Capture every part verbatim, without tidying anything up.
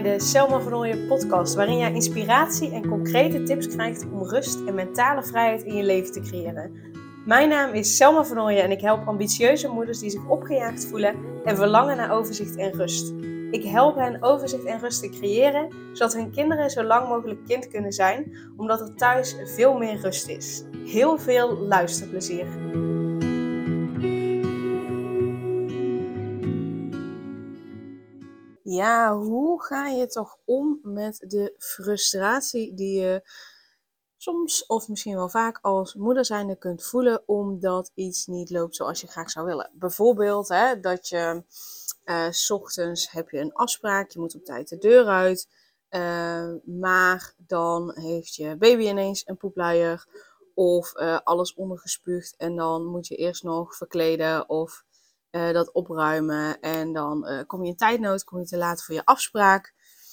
de Selma van Ooyen podcast, waarin jij inspiratie en concrete tips krijgt om rust en mentale vrijheid in je leven te creëren. Mijn naam is Selma van Ooyen en ik help ambitieuze moeders die zich opgejaagd voelen en verlangen naar overzicht en rust. Ik help hen overzicht en rust te creëren, zodat hun kinderen zo lang mogelijk kind kunnen zijn, omdat er thuis veel meer rust is. Heel veel luisterplezier! Ja, hoe ga je toch om met de frustratie die je soms of misschien wel vaak als moeder zijnde kunt voelen omdat iets niet loopt zoals je graag zou willen? Bijvoorbeeld hè, dat je uh, 's ochtends heb je een afspraak, je moet op tijd de deur uit, uh, maar dan heeft je baby ineens een poepluier of uh, alles ondergespuugd en dan moet je eerst nog verkleden of Uh, dat opruimen en dan uh, kom je in tijdnood, kom je te laat voor je afspraak.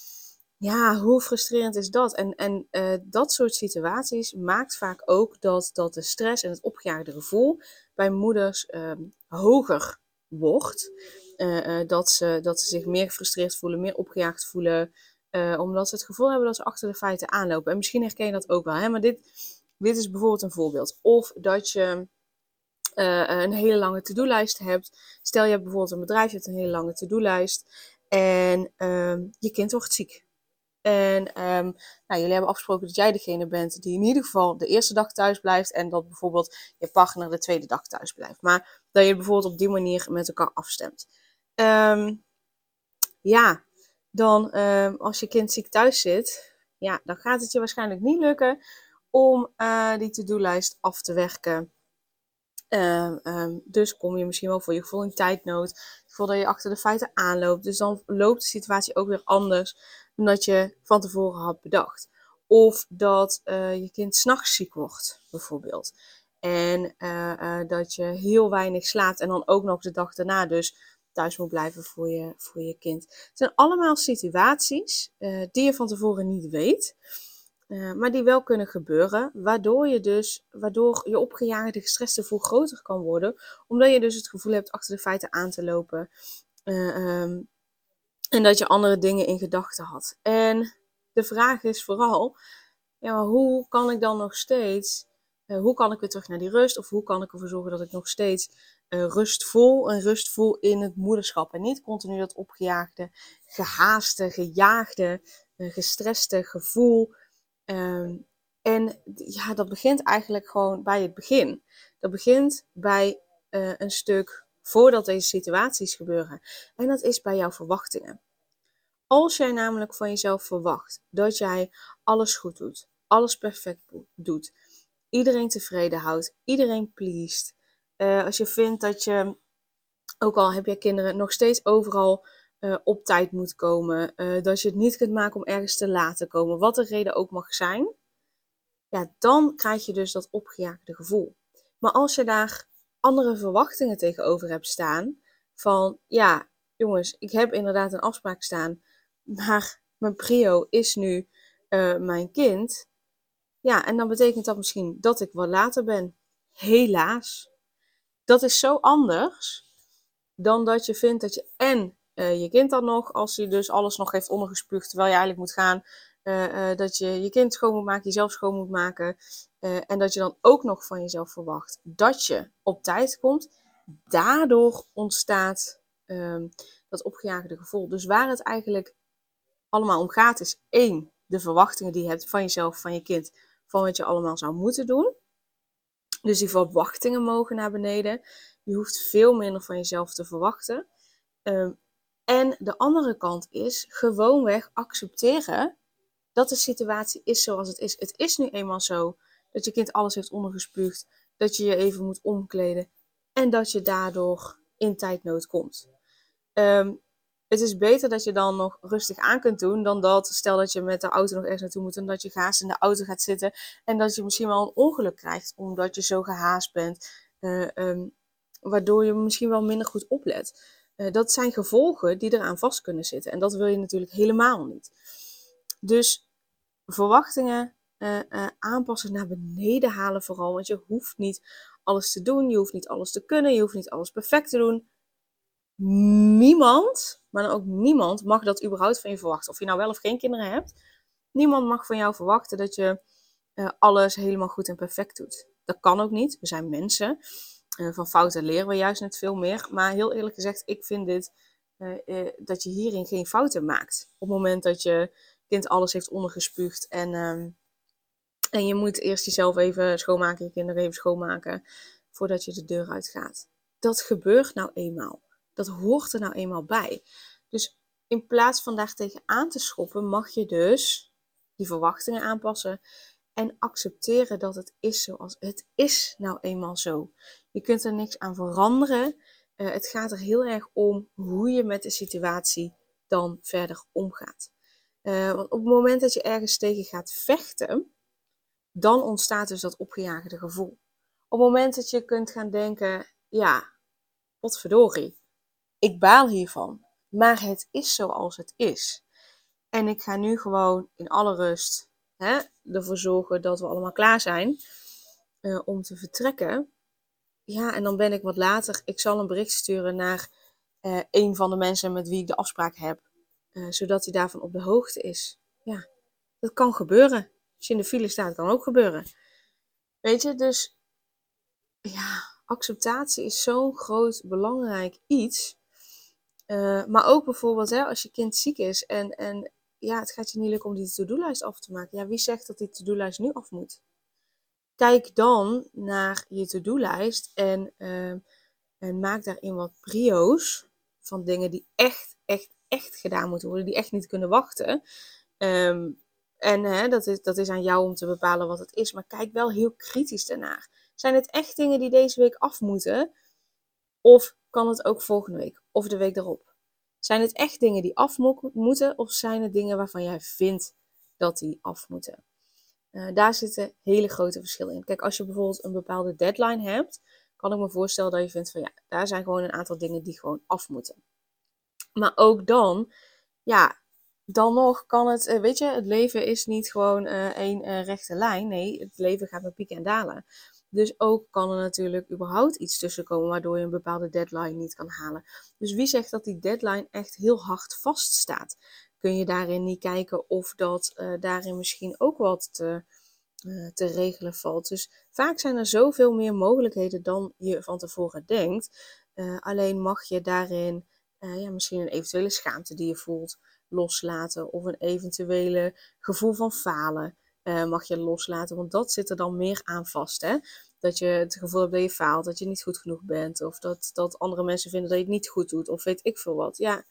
Ja, hoe frustrerend is dat? En, en uh, dat soort situaties maakt vaak ook dat, dat de stress en het opgejaagde gevoel bij moeders uh, hoger wordt. Uh, uh, dat, ze, dat ze zich meer gefrustreerd voelen, meer opgejaagd voelen, uh, omdat ze het gevoel hebben dat ze achter de feiten aanlopen. En misschien herken je dat ook wel, hè? Maar dit, dit is bijvoorbeeld een voorbeeld. Of dat je Uh, een hele lange to-do-lijst hebt. Stel je hebt bijvoorbeeld een bedrijf, je hebt een hele lange to-do-lijst en um, je kind wordt ziek. En um, nou, jullie hebben afgesproken dat jij degene bent die in ieder geval de eerste dag thuis blijft en dat bijvoorbeeld je partner de tweede dag thuis blijft. Maar dat je bijvoorbeeld op die manier met elkaar afstemt. Um, ja, dan um, als je kind ziek thuis zit, ja, dan gaat het je waarschijnlijk niet lukken om uh, die to-do-lijst af te werken. Uh, um, dus kom je misschien wel voor je gevoel in tijdnood, voordat je achter de feiten aanloopt. Dus dan loopt de situatie ook weer anders dan dat je van tevoren had bedacht. Of dat uh, je kind 's nachts ziek wordt, bijvoorbeeld. En uh, uh, dat je heel weinig slaapt en dan ook nog de dag daarna dus thuis moet blijven voor je, voor je kind. Het zijn allemaal situaties uh, die je van tevoren niet weet. Uh, maar die wel kunnen gebeuren, waardoor je dus, waardoor je opgejaagde gestreste gevoel groter kan worden, omdat je dus het gevoel hebt achter de feiten aan te lopen uh, um, en dat je andere dingen in gedachten had. En de vraag is vooral, ja, maar hoe kan ik dan nog steeds, uh, hoe kan ik weer terug naar die rust, of hoe kan ik ervoor zorgen dat ik nog steeds uh, rust voel, en rust voel in het moederschap en niet continu dat opgejaagde, gehaaste, gejaagde, uh, gestreste gevoel. Um, en ja, dat begint eigenlijk gewoon bij het begin. Dat begint bij uh, een stuk voordat deze situaties gebeuren. En dat is bij jouw verwachtingen. Als jij namelijk van jezelf verwacht dat jij alles goed doet, alles perfect doet, iedereen tevreden houdt, iedereen pleased. Uh, als je vindt dat je, ook al heb je kinderen, nog steeds overal Uh, op tijd moet komen, uh, dat je het niet kunt maken om ergens te laat te komen, wat de reden ook mag zijn, ja, dan krijg je dus dat opgejaagde gevoel. Maar als je daar andere verwachtingen tegenover hebt staan, van ja, jongens, ik heb inderdaad een afspraak staan, maar mijn prio is nu uh, mijn kind, ja, en dan betekent dat misschien dat ik wat later ben. Helaas. Dat is zo anders dan dat je vindt dat je en Uh, je kind dan nog, als hij dus alles nog heeft ondergespuugd terwijl je eigenlijk moet gaan, uh, uh, dat je je kind schoon moet maken, jezelf schoon moet maken, uh, en dat je dan ook nog van jezelf verwacht dat je op tijd komt. Daardoor ontstaat um, dat opgejaagde gevoel. Dus waar het eigenlijk allemaal om gaat is één, de verwachtingen die je hebt van jezelf, van je kind, van wat je allemaal zou moeten doen. Dus die verwachtingen mogen naar beneden. Je hoeft veel minder van jezelf te verwachten. Um, En de andere kant is gewoonweg accepteren dat de situatie is zoals het is. Het is nu eenmaal zo dat je kind alles heeft ondergespuugd, dat je je even moet omkleden en dat je daardoor in tijdnood komt. Um, het is beter dat je dan nog rustig aan kunt doen dan dat, stel dat je met de auto nog ergens naartoe moet en dat je gehaast in de auto gaat zitten en dat je misschien wel een ongeluk krijgt omdat je zo gehaast bent, uh, um, waardoor je misschien wel minder goed oplet. Uh, dat zijn gevolgen die eraan vast kunnen zitten. En dat wil je natuurlijk helemaal niet. Dus verwachtingen uh, uh, aanpassen, naar beneden halen vooral. Want je hoeft niet alles te doen. Je hoeft niet alles te kunnen. Je hoeft niet alles perfect te doen. niemand, maar dan ook niemand, mag dat überhaupt van je verwachten. Of je nou wel of geen kinderen hebt. Niemand mag van jou verwachten dat je uh, alles helemaal goed en perfect doet. Dat kan ook niet. We zijn mensen. Uh, van fouten leren we juist net veel meer. Maar heel eerlijk gezegd, ik vind dit, uh, uh, dat je hierin geen fouten maakt. Op het moment dat je kind alles heeft ondergespuugd en, uh, en je moet eerst jezelf even schoonmaken, je kinderen even schoonmaken, voordat je de deur uitgaat. Dat gebeurt nou eenmaal. Dat hoort er nou eenmaal bij. Dus in plaats van daar tegenaan te schoppen, mag je dus die verwachtingen aanpassen en accepteren dat het is zoals het is nou eenmaal zo. Je kunt er niks aan veranderen. Uh, het gaat er heel erg om hoe je met de situatie dan verder omgaat. Uh, want op het moment dat je ergens tegen gaat vechten, dan ontstaat dus dat opgejaagde gevoel. Op het moment dat je kunt gaan denken, ja, potverdorie, ik baal hiervan, maar het is zoals het is. En ik ga nu gewoon in alle rust hè, ervoor zorgen dat we allemaal klaar zijn uh, om te vertrekken. Ja, en dan ben ik wat later, ik zal een bericht sturen naar uh, een van de mensen met wie ik de afspraak heb. Uh, zodat hij daarvan op de hoogte is. Ja, dat kan gebeuren. Als je in de file staat, kan ook gebeuren. Weet je, dus ja, acceptatie is zo'n groot belangrijk iets. Uh, maar ook bijvoorbeeld hè, als je kind ziek is en, en ja, het gaat je niet lukken om die to-do-lijst af te maken. Ja, wie zegt dat die to-do-lijst nu af moet? Kijk dan naar je to-do-lijst en, uh, en maak daarin wat prio's van dingen die echt, echt, echt gedaan moeten worden, die echt niet kunnen wachten. Um, en hè, dat, is, dat is aan jou om te bepalen wat het is, maar kijk wel heel kritisch daarnaar. Zijn het echt dingen die deze week af moeten? Of kan het ook volgende week of de week erop? Zijn het echt dingen die af mo- moeten of zijn het dingen waarvan jij vindt dat die af moeten? Uh, daar zitten hele grote verschillen in. Kijk, als je bijvoorbeeld een bepaalde deadline hebt, kan ik me voorstellen dat je vindt van ja, daar zijn gewoon een aantal dingen die gewoon af moeten. Maar ook dan, ja, dan nog kan het, uh, weet je, het leven is niet gewoon uh, één uh, rechte lijn. Nee, het leven gaat met pieken en dalen. Dus ook kan er natuurlijk überhaupt iets tussenkomen waardoor je een bepaalde deadline niet kan halen. Dus wie zegt dat die deadline echt heel hard vaststaat? Kun je daarin niet kijken of dat uh, daarin misschien ook wat te, uh, te regelen valt. Dus vaak zijn er zoveel meer mogelijkheden dan je van tevoren denkt. Uh, alleen mag je daarin uh, ja, misschien een eventuele schaamte die je voelt loslaten. Of een eventuele gevoel van falen uh, mag je loslaten. Want dat zit er dan meer aan vast. Hè? Dat je het gevoel hebt dat je faalt, dat je niet goed genoeg bent. Of dat, dat andere mensen vinden dat je het niet goed doet. Of weet ik veel wat. Ja,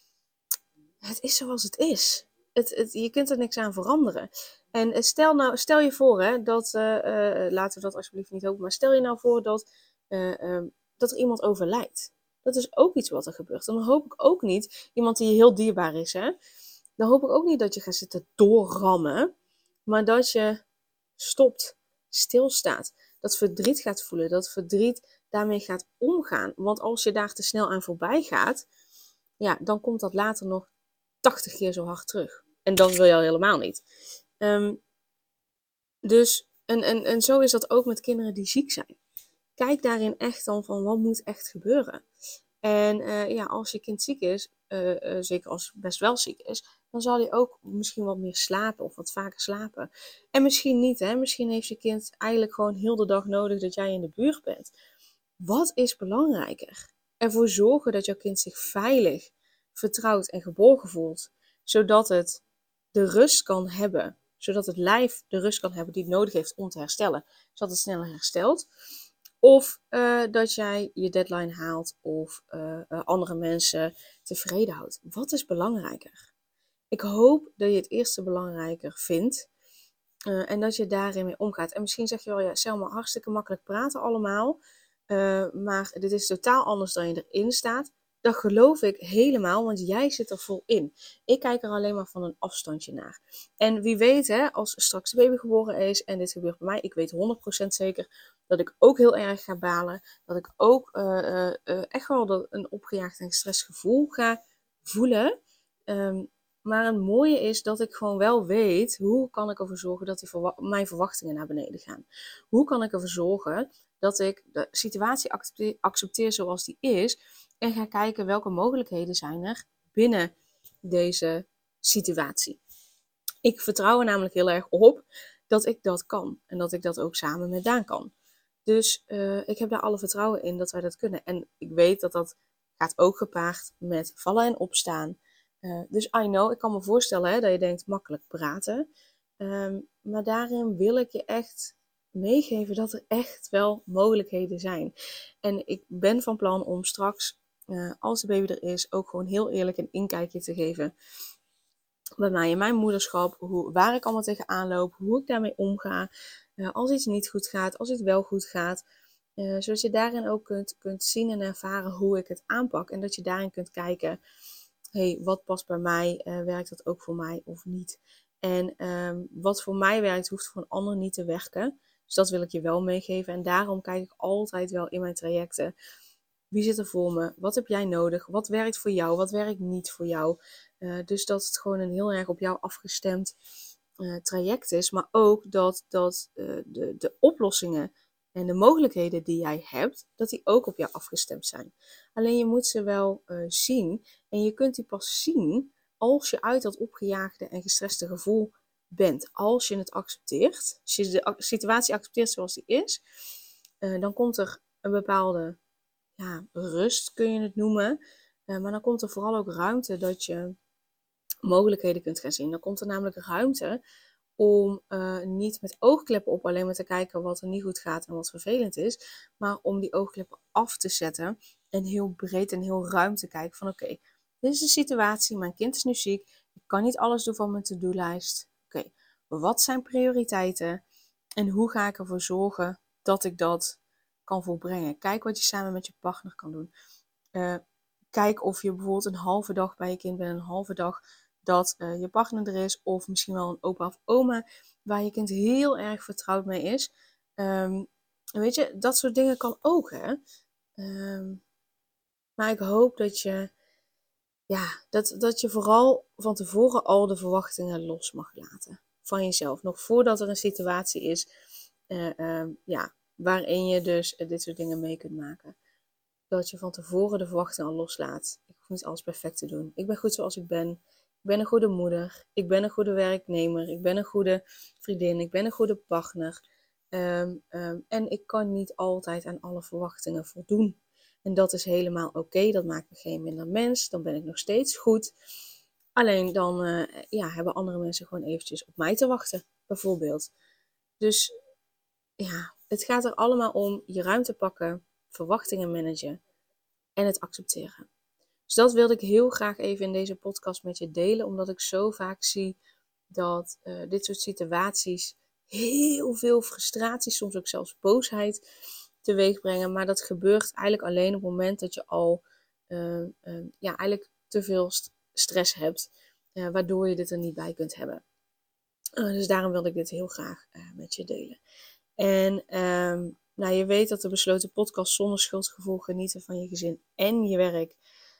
het is zoals het is. Het, het, je kunt er niks aan veranderen. En stel, nou, stel je voor, hè, dat, uh, uh, laten we dat alsjeblieft niet hopen, maar stel je nou voor dat, uh, um, dat er iemand overlijdt. Dat is ook iets wat er gebeurt. En dan hoop ik ook niet, iemand die heel dierbaar is, hè, dan hoop ik ook niet dat je gaat zitten doorrammen, maar dat je stopt, stilstaat. Dat verdriet gaat voelen, dat verdriet daarmee gaat omgaan. Want als je daar te snel aan voorbij gaat, ja, dan komt dat later nog tachtig keer zo hard terug. En dat wil je al helemaal niet. Um, dus, en, en, en zo is dat ook met kinderen die ziek zijn. Kijk daarin echt dan van, wat moet echt gebeuren? En uh, ja, als je kind ziek is, uh, uh, zeker als het best wel ziek is, dan zal hij ook misschien wat meer slapen of wat vaker slapen. En misschien niet, hè. Misschien heeft je kind eigenlijk gewoon heel de dag nodig dat jij in de buurt bent. Wat is belangrijker? Ervoor zorgen dat jouw kind zich veilig, vertrouwd en geborgen voelt, zodat het de rust kan hebben, zodat het lijf de rust kan hebben die het nodig heeft om te herstellen, zodat het sneller herstelt. Of uh, dat jij je deadline haalt of uh, uh, andere mensen tevreden houdt. Wat is belangrijker? Ik hoop dat je het eerste belangrijker vindt uh, en dat je daarin mee omgaat. En misschien zeg je wel, ja, Selma, hartstikke makkelijk praten allemaal, uh, maar dit is totaal anders dan je erin staat. Dat geloof ik helemaal, want jij zit er vol in. Ik kijk er alleen maar van een afstandje naar. En wie weet, hè, als straks de baby geboren is en dit gebeurt bij mij, ik weet honderd procent zeker dat ik ook heel erg ga balen. Dat ik ook uh, uh, uh, echt wel een opgejaagd en gestrest gevoel ga voelen. Um, Maar het mooie is dat ik gewoon wel weet, hoe kan ik ervoor zorgen dat die verwa- mijn verwachtingen naar beneden gaan? Hoe kan ik ervoor zorgen dat ik de situatie accepteer, accepteer zoals die is en ga kijken welke mogelijkheden zijn er binnen deze situatie. Ik vertrouw er namelijk heel erg op dat ik dat kan en dat ik dat ook samen met Daan kan. Dus uh, ik heb daar alle vertrouwen in dat wij dat kunnen. En ik weet dat dat gaat ook gepaard met vallen en opstaan. Uh, dus I know, ik kan me voorstellen hè, dat je denkt makkelijk praten. Um, maar daarin wil ik je echt meegeven dat er echt wel mogelijkheden zijn. En ik ben van plan om straks, uh, als de baby er is, ook gewoon heel eerlijk een inkijkje te geven bij mij in mijn moederschap, hoe, waar ik allemaal tegenaan loop, hoe ik daarmee omga, uh, als iets niet goed gaat, als iets wel goed gaat. Uh, zodat je daarin ook kunt, kunt zien en ervaren hoe ik het aanpak. En dat je daarin kunt kijken, hey, wat past bij mij? Uh, werkt dat ook voor mij of niet? En um, wat voor mij werkt, hoeft voor een ander niet te werken. Dus dat wil ik je wel meegeven. En daarom kijk ik altijd wel in mijn trajecten. Wie zit er voor me? Wat heb jij nodig? Wat werkt voor jou? Wat werkt niet voor jou? Uh, dus dat het gewoon een heel erg op jou afgestemd uh, traject is. Maar ook dat, dat uh, de, de oplossingen en de mogelijkheden die jij hebt, dat die ook op jou afgestemd zijn. Alleen je moet ze wel uh, zien. En je kunt die pas zien als je uit dat opgejaagde en gestreste gevoel bent. Als je het accepteert. Als je de situatie accepteert zoals die is. Uh, dan komt er een bepaalde ja, rust, kun je het noemen. Uh, maar dan komt er vooral ook ruimte dat je mogelijkheden kunt gaan zien. Dan komt er namelijk ruimte om uh, niet met oogkleppen op alleen maar te kijken wat er niet goed gaat en wat vervelend is. Maar om die oogkleppen af te zetten en heel breed en heel ruim te kijken van oké, okay, dit is de situatie, mijn kind is nu ziek, ik kan niet alles doen van mijn to-do-lijst. Oké, okay, wat zijn prioriteiten en hoe ga ik ervoor zorgen dat ik dat kan volbrengen? Kijk wat je samen met je partner kan doen. Uh, kijk of je bijvoorbeeld een halve dag bij je kind bent, een halve dag dat uh, je partner er is, of misschien wel een opa of oma waar je kind heel erg vertrouwd mee is. Um, weet je, dat soort dingen kan ook, hè. Um, maar ik hoop dat je, ja, dat, dat je vooral van tevoren al de verwachtingen los mag laten van jezelf. Nog voordat er een situatie is, uh, um, ja, waarin je dus uh, dit soort dingen mee kunt maken. Dat je van tevoren de verwachtingen al loslaat. Ik hoef niet alles perfect te doen. Ik ben goed zoals ik ben. Ik ben een goede moeder. Ik ben een goede werknemer. Ik ben een goede vriendin. Ik ben een goede partner. Um, um, en ik kan niet altijd aan alle verwachtingen voldoen. En dat is helemaal oké. Okay. Dat maakt me geen minder mens. Dan ben ik nog steeds goed. Alleen dan uh, ja, hebben andere mensen gewoon eventjes op mij te wachten. Bijvoorbeeld. Dus ja, het gaat er allemaal om je ruimte pakken. Verwachtingen managen en het accepteren. Dus dat wilde ik heel graag even in deze podcast met je delen, omdat ik zo vaak zie dat uh, dit soort situaties heel veel frustratie, soms ook zelfs boosheid teweeg brengen. Maar dat gebeurt eigenlijk alleen op het moment dat je al uh, uh, ja, eigenlijk te veel st- stress hebt, uh, waardoor je dit er niet bij kunt hebben. Uh, dus daarom wilde ik dit heel graag uh, met je delen. En um, nou, je weet dat de besloten podcast zonder schuldgevoel genieten van je gezin en je werk,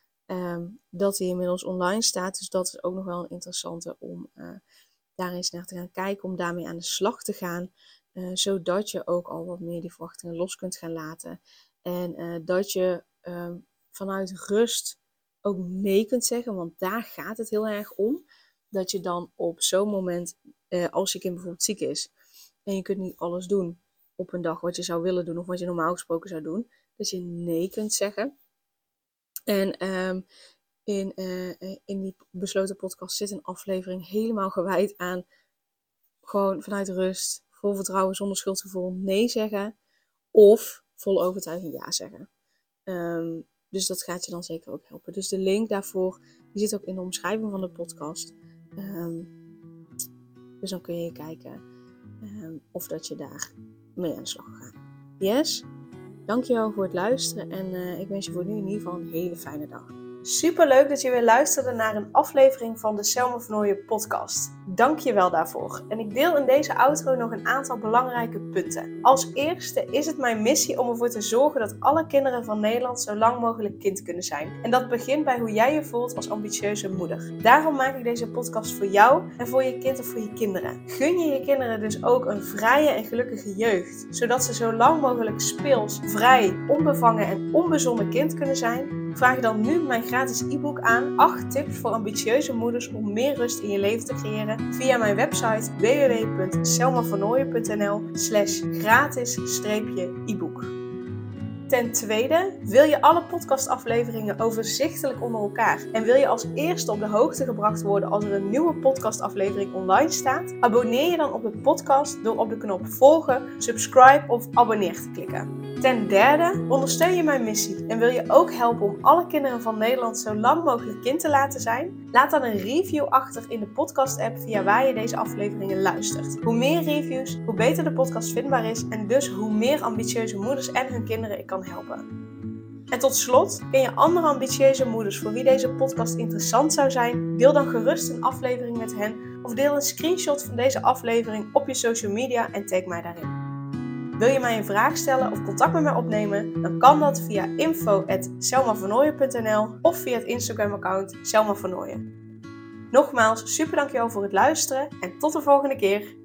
um, dat die inmiddels online staat. Dus dat is ook nog wel een interessante om uh, daar eens naar te gaan kijken, om daarmee aan de slag te gaan. Uh, zodat je ook al wat meer die verwachtingen los kunt gaan laten. En uh, dat je um, vanuit rust ook nee kunt zeggen, want daar gaat het heel erg om. Dat je dan op zo'n moment, uh, als je kind bijvoorbeeld ziek is, en je kunt niet alles doen op een dag wat je zou willen doen of wat je normaal gesproken zou doen. Dat je nee kunt zeggen. En um, in, uh, in die besloten podcast zit een aflevering helemaal gewijd aan gewoon vanuit rust, vol vertrouwen, zonder schuldgevoel nee zeggen. Of vol overtuiging ja zeggen. Um, dus dat gaat je dan zeker ook helpen. Dus de link daarvoor die zit ook in de omschrijving van de podcast. Um, dus dan kun je kijken Um, of dat je daar mee aan de slag gaat. Yes? Dankjewel voor het luisteren en uh, ik wens je voor nu in ieder geval een hele fijne dag. Super leuk dat je weer luisterde naar een aflevering van de Selma van Nooijen podcast. Dank je wel daarvoor. En ik deel in deze outro nog een aantal belangrijke punten. Als eerste is het mijn missie om ervoor te zorgen dat alle kinderen van Nederland zo lang mogelijk kind kunnen zijn. En dat begint bij hoe jij je voelt als ambitieuze moeder. Daarom maak ik deze podcast voor jou en voor je kind of voor je kinderen. Gun je je kinderen dus ook een vrije en gelukkige jeugd, zodat ze zo lang mogelijk speels, vrij, onbevangen en onbezonnen kind kunnen zijn? Vraag dan nu mijn gratis e-book aan, acht tips voor ambitieuze moeders om meer rust in je leven te creëren, via mijn website w w w punt selmavernooyen punt n l slash gratis e-book. Ten tweede, wil je alle podcastafleveringen overzichtelijk onder elkaar en wil je als eerste op de hoogte gebracht worden als er een nieuwe podcastaflevering online staat? Abonneer je dan op de podcast door op de knop volgen, subscribe of abonneer te klikken. Ten derde, ondersteun je mijn missie en wil je ook helpen om alle kinderen van Nederland zo lang mogelijk kind te laten zijn? Laat dan een review achter in de podcast-app via waar je deze afleveringen luistert. Hoe meer reviews, hoe beter de podcast vindbaar is en dus hoe meer ambitieuze moeders en hun kinderen ik kan helpen. En tot slot, ken je andere ambitieuze moeders voor wie deze podcast interessant zou zijn? Deel dan gerust een aflevering met hen of deel een screenshot van deze aflevering op je social media en tag mij daarin. Wil je mij een vraag stellen of contact met mij opnemen? Dan kan dat via info at selmavernooyen punt n l of via het Instagram account selmavernooyen. Nogmaals, super dankjewel voor het luisteren en tot de volgende keer.